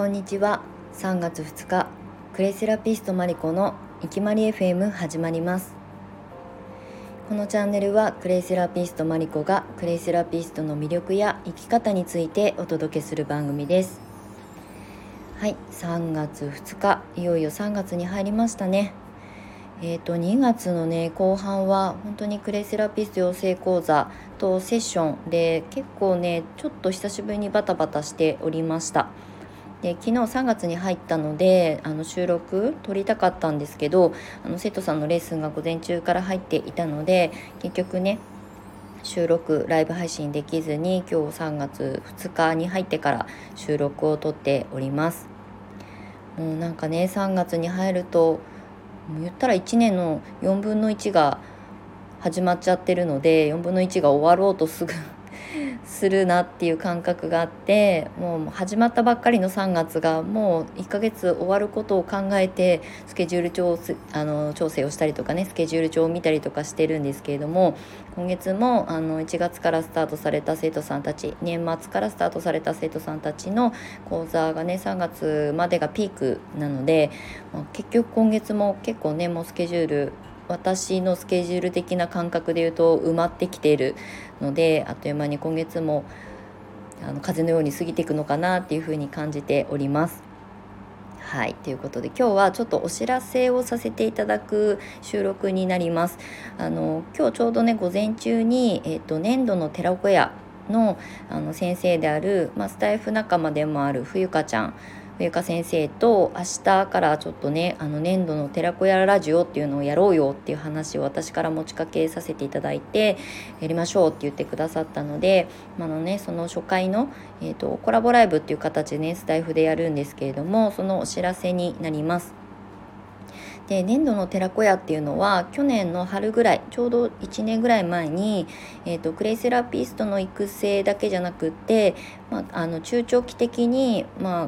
こんにちは。3月2日、クレイセラピストマリコのいきまり FM 始まります。このチャンネルはクレイセラピストマリコがクレイセラピストの魅力や生き方についてお届けする番組です。はい、3月2日、いよいよ3月に入りましたね。2月のね後半は本当にクレイセラピスト養成講座とセッションで結構ねちょっと久しぶりにバタバタしておりました。で昨日3月に入ったので収録撮りたかったんですけど生徒さんのレッスンが午前中から入っていたので結局ね収録ライブ配信できずに今日3月2日に入ってから収録を撮っております。もうなんかね3月に入るともう言ったら1年の4分の1が始まっちゃってるので4分の1が終わろうとすぐするなっていう感覚があって、もう始まったばっかりの3月がもう1ヶ月終わることを考えてスケジュール調整をしたりとかね、スケジュール帳を見たりとかしてるんですけれども、今月も1月からスタートされた生徒さんたち、年末からスタートされた生徒さんたちの講座がね3月までがピークなので、結局今月も結構ねもうスケジュール、私のスケジュール的な感覚で言うと埋まってきているので、あっという間に今月も風のように過ぎていくのかなっていうふうに感じております。はい、ということで今日はちょっとお知らせをさせていただく収録になります。今日ちょうどね午前中に、年度の寺子屋の先生である、スタイフ仲間でもある冬香先生と明日からちょっとね年度の寺子屋ラジオっていうのをやろうよっていう話を私から持ちかけさせていただいて、やりましょうって言ってくださったので、その初回の、コラボライブっていう形でねスタイフでやるんですけれども、そのお知らせになります。で年度の寺子屋っていうのは去年の春ぐらい、ちょうど1年ぐらい前に、クレイセラピストの育成だけじゃなくって、中長期的に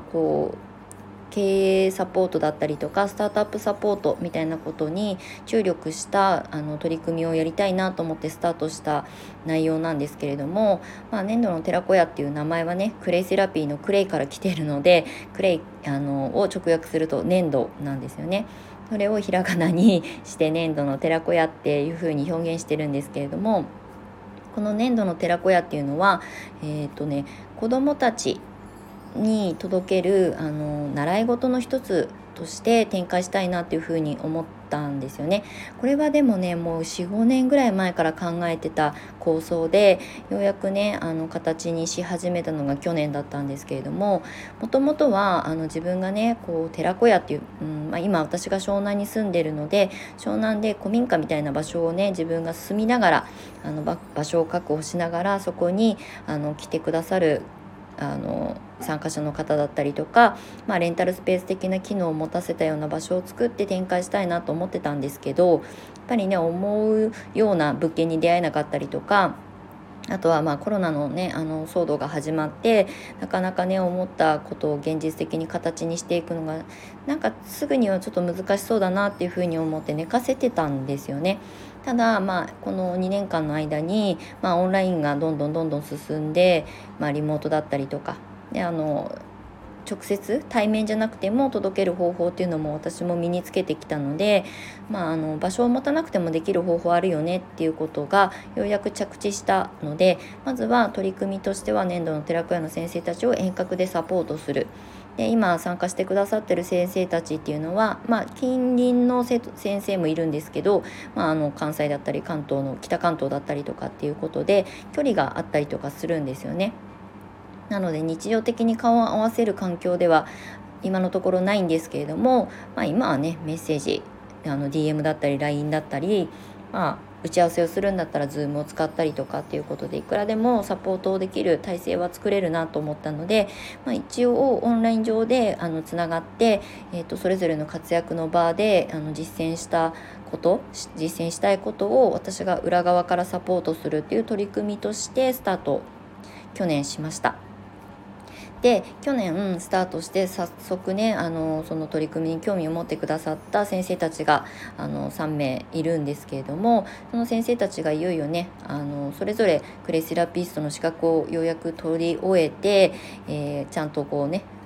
経営サポートだったりとかスタートアップサポートみたいなことに注力した取り組みをやりたいなと思ってスタートした内容なんですけれども、年度の寺子屋っていう名前はねクレイセラピーのクレイから来ているので、クレイを直訳すると粘土なんですよね。それをひらがなにして粘土の寺子屋っていう風に表現してるんですけれども、この粘土の寺子屋っていうのは子どもたちに届ける習い事の一つとして展開したいなっていうふうに思ったんですよね。これはでもねもう 4,5 年ぐらい前から考えてた構想で、ようやくね形にし始めたのが去年だったんですけれども、もともとは自分がね寺子屋っていう、今私が湘南に住んでるので、湘南で古民家みたいな場所をね自分が住みながら場所を確保しながら、そこに来てくださる参加者の方だったりとか、レンタルスペース的な機能を持たせたような場所を作って展開したいなと思ってたんですけど、やっぱりね思うような物件に出会えなかったりとか、あとはコロナのね騒動が始まって、なかなかね思ったことを現実的に形にしていくのがなんかすぐにはちょっと難しそうだなっていうふうに思って寝かせてたんですよね。ただこの2年間の間に、オンラインがどんどん進んで、リモートだったりとかで直接対面じゃなくても届ける方法っていうのも私も身につけてきたので、場所を持たなくてもできる方法あるよねっていうことがようやく着地したので、まずは取り組みとしては年度の寺子屋の先生たちを遠隔でサポートする。で今参加してくださってる先生たちっていうのは、近隣の先生もいるんですけど、関西だったり関東の北関東だったりとかっていうことで距離があったりとかするんですよね。なので日常的に顔を合わせる環境では今のところないんですけれども、今はねメッセージDM だったり LINE だったり、打ち合わせをするんだったら Zoom を使ったりとかっていうことでいくらでもサポートできる体制は作れるなと思ったので、一応オンライン上でつながって、それぞれの活躍の場で実践したいことを私が裏側からサポートするっていう取り組みとしてスタート去年しました。で去年スタートして早速ねその取り組みに興味を持ってくださった先生たちが3名いるんですけれども、その先生たちがいよいよねそれぞれクレイセラピストの資格をようやく取り終えて、ちゃんと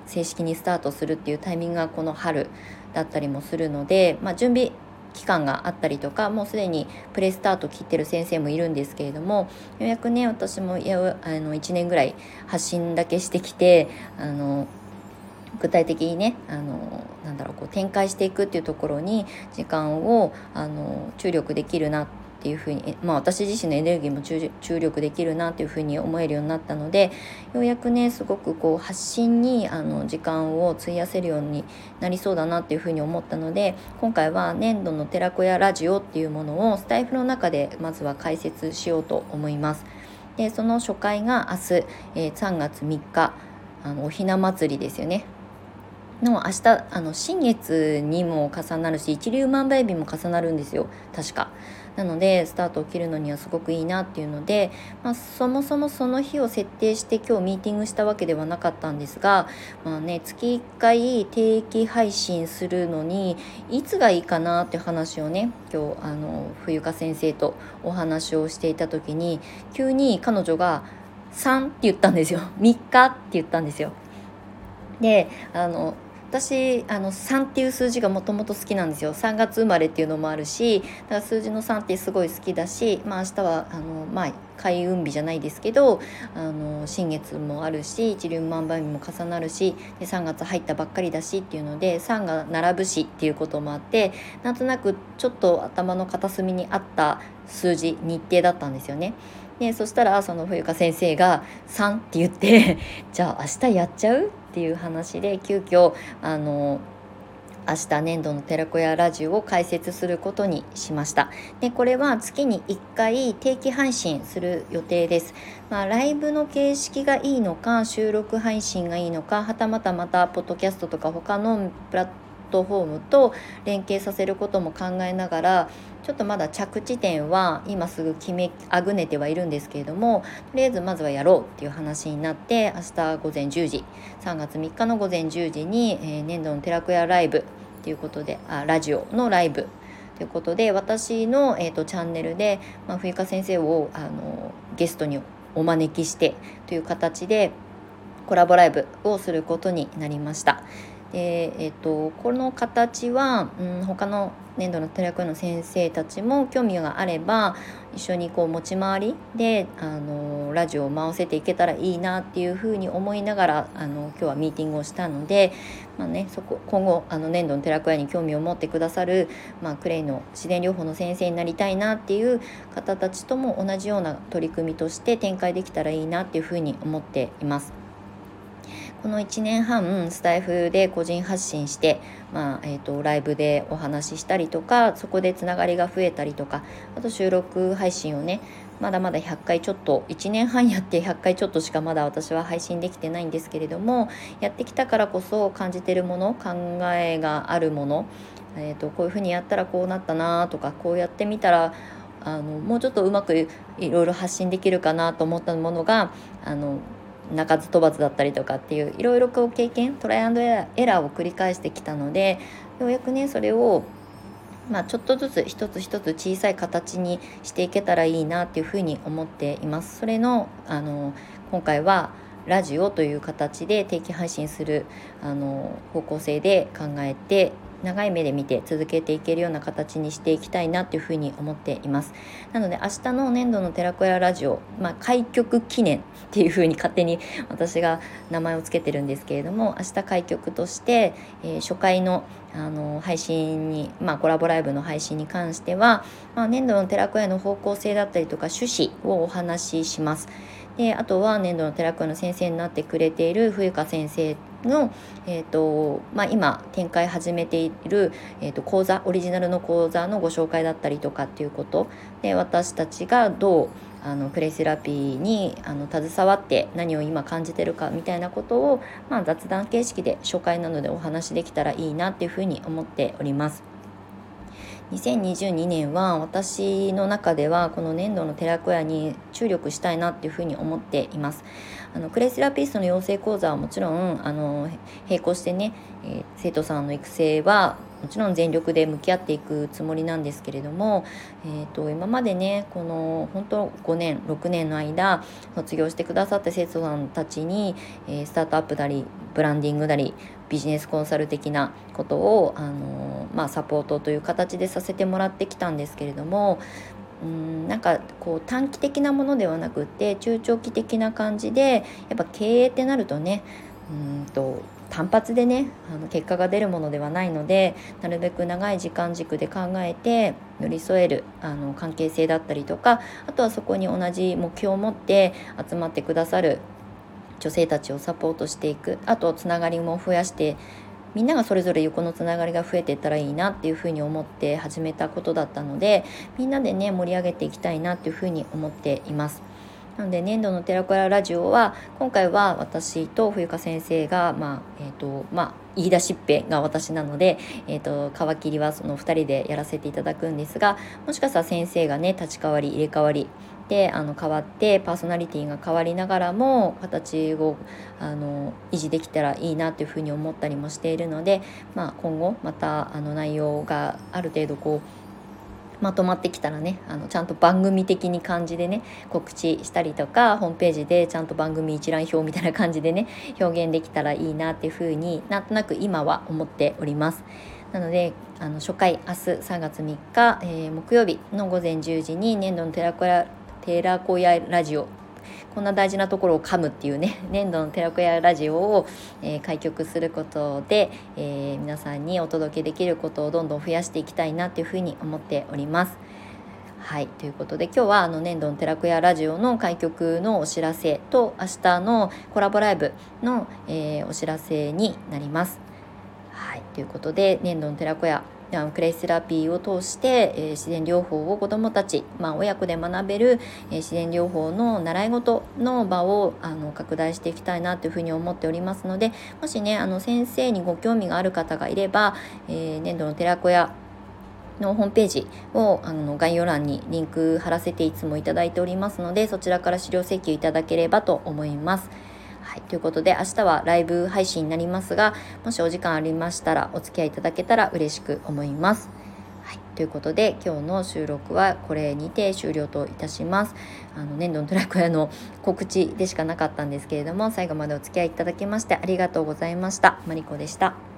正式にスタートするっていうタイミングがこの春だったりもするので、準備期間があったりとか、もうすでにプレスタート切ってる先生もいるんですけれども、ようやくね私も1年ぐらい発信だけしてきて、具体的にね展開していくっていうところに時間を注力できるなっていうふうに、私自身のエネルギーも注力できるなっていうふうに思えるようになったので、ようやくねすごく発信に時間を費やせるようになりそうだなっていうふうに思ったので、今回は年度の寺子屋ラジオっていうものをスタイフの中でまずは解説しようと思います。でその初回が明日、3月3日おひな祭りですよねの明日新月にも重なるし、一粒万倍日も重なるんですよ確か。なのでスタートを切るのにはすごくいいなっていうので、そもそもその日を設定して今日ミーティングしたわけではなかったんですが、月1回定期配信するのにいつがいいかなって話をね、今日冬香先生とお話をしていた時に、急に彼女が3って言ったんですよ。3日って言ったんですよ。で私3っていう数字がもともと好きなんですよ。3月生まれっていうのもあるし、だから数字の3ってすごい好きだし、明日は開運日じゃないですけど新月もあるし、一粒万倍日も重なるし、で3月入ったばっかりだしっていうので3が並ぶしっていうこともあって、なんとなくちょっと頭の片隅にあった数字日程だったんですよね。でそしたらその冬香先生が3って言ってじゃあ明日やっちゃうっていう話で、急遽明日年度の寺子屋ラジオを開設することにしました。でこれは月に1回定期配信する予定です。ライブの形式がいいのか、収録配信がいいのか、はたまたポッドキャストとか他のプラットフォームと連携させることも考えながら、ちょっとまだ着地点は今すぐ決めあぐねてはいるんですけれども、とりあえずまずはやろうっていう話になって、明日午前10時3月3日の午前10時に、年度の寺子屋ライブということでラジオのライブということで、私の、チャンネルで、冬香先生をゲストにお招きしてという形でコラボライブをすることになりました。でこの形は、他の年度の寺子屋の先生たちも興味があれば一緒に持ち回りでラジオを回せていけたらいいなっていうふうに思いながら今日はミーティングをしたので、今後年度の寺子屋に興味を持ってくださる、クレイの自然療法の先生になりたいなっていう方たちとも同じような取り組みとして展開できたらいいなっていうふうに思っています。この1年半スタイフで個人発信して、ライブでお話ししたりとか、そこでつながりが増えたりとか、あと収録配信をねまだまだ100回ちょっと、1年半やって100回ちょっとしかまだ私は配信できてないんですけれども、やってきたからこそ感じてるもの、考えがあるもの、こういうふうにやったらこうなったなとか、こうやってみたらもうちょっとうまくいろいろ発信できるかなと思ったものが鳴かず飛ばずだったりとかっていういろいろ経験、トライアンドエラーを繰り返してきたので、ようやくねそれをちょっとずつ一つ一つ小さい形にしていけたらいいなっていうふうに思っています。それの今回はラジオという形で定期配信する方向性で考えて、長い目で見て続けていけるような形にしていきたいなというふうに思っています。なので明日の年度の寺子屋ラジオ、開局記念っていうふうに勝手に私が名前をつけてるんですけれども、明日開局として、初回の配信に、コラボライブの配信に関しては、年度の寺子屋の方向性だったりとか趣旨をお話しします。であとは年度の寺子屋の先生になってくれている冬香先生の、今展開始めている、講座、オリジナルの講座のご紹介だったりとかっていうことで、私たちがどうクレイセラピーに携わって何を今感じてるかみたいなことを、雑談形式で初回なのでお話できたらいいなっていうふうに思っております。2022年は私の中ではこの年度の寺子屋に注力したいなっていうふうに思っています。クレイセラピストの養成講座はもちろん並行してね、生徒さんの育成はもちろん全力で向き合っていくつもりなんですけれども、今までねこの本当5年6年の間卒業してくださった生徒さんたちに、スタートアップなりブランディングなりビジネスコンサル的なことを、サポートという形でさせてもらってきたんですけれども、なんかこう短期的なものではなくって中長期的な感じで、やっぱ経営ってなるとね、単発でね結果が出るものではないので、なるべく長い時間軸で考えて寄り添える関係性だったりとか、あとはそこに同じ目標を持って集まってくださる女性たちをサポートしていく、あとつながりも増やして、みんながそれぞれ横のつながりが増えていったらいいなっていうふうに思って始めたことだったので、みんなでね盛り上げていきたいなっていうふうに思っています。なので年度の寺子屋ラジオは今回は私と冬香先生が、言い出しっぺが私なので、皮切りはその2人でやらせていただくんですが、もしかしたら先生がね立ち替わり入れ替わりで変わってパーソナリティが変わりながらも形を維持できたらいいなというふうに思ったりもしているので、今後また内容がある程度まとまってきたらねちゃんと番組的に感じでね告知したりとか、ホームページでちゃんと番組一覧表みたいな感じでね表現できたらいいなっていうふうになんとなく今は思っております。なので初回明日3月3日、木曜日の午前10時に年度の寺子屋ラジオ、こんな大事なところを噛むっていうね年度の寺子屋ラジオを、開局することで、皆さんにお届けできることをどんどん増やしていきたいなというふうに思っております。はい、ということで今日は年度の寺子屋ラジオの開局のお知らせと明日のコラボライブの、お知らせになります。はい、ということで年度の寺子屋クレイセラピーを通して、自然療法を子どもたち、親子で学べる、自然療法の習い事の場を拡大していきたいなというふうに思っておりますので、もしね先生にご興味がある方がいれば、年度の寺子屋のホームページを概要欄にリンク貼らせていつもいただいておりますので、そちらから資料請求いただければと思います。はい、ということで明日はライブ配信になりますが、もしお時間ありましたらお付き合いいただけたら嬉しく思います。はい、ということで今日の収録はこれにて終了といたします。年度の寺子屋の告知でしかなかったんですけれども、最後までお付き合いいただきましてありがとうございました。マリコでした。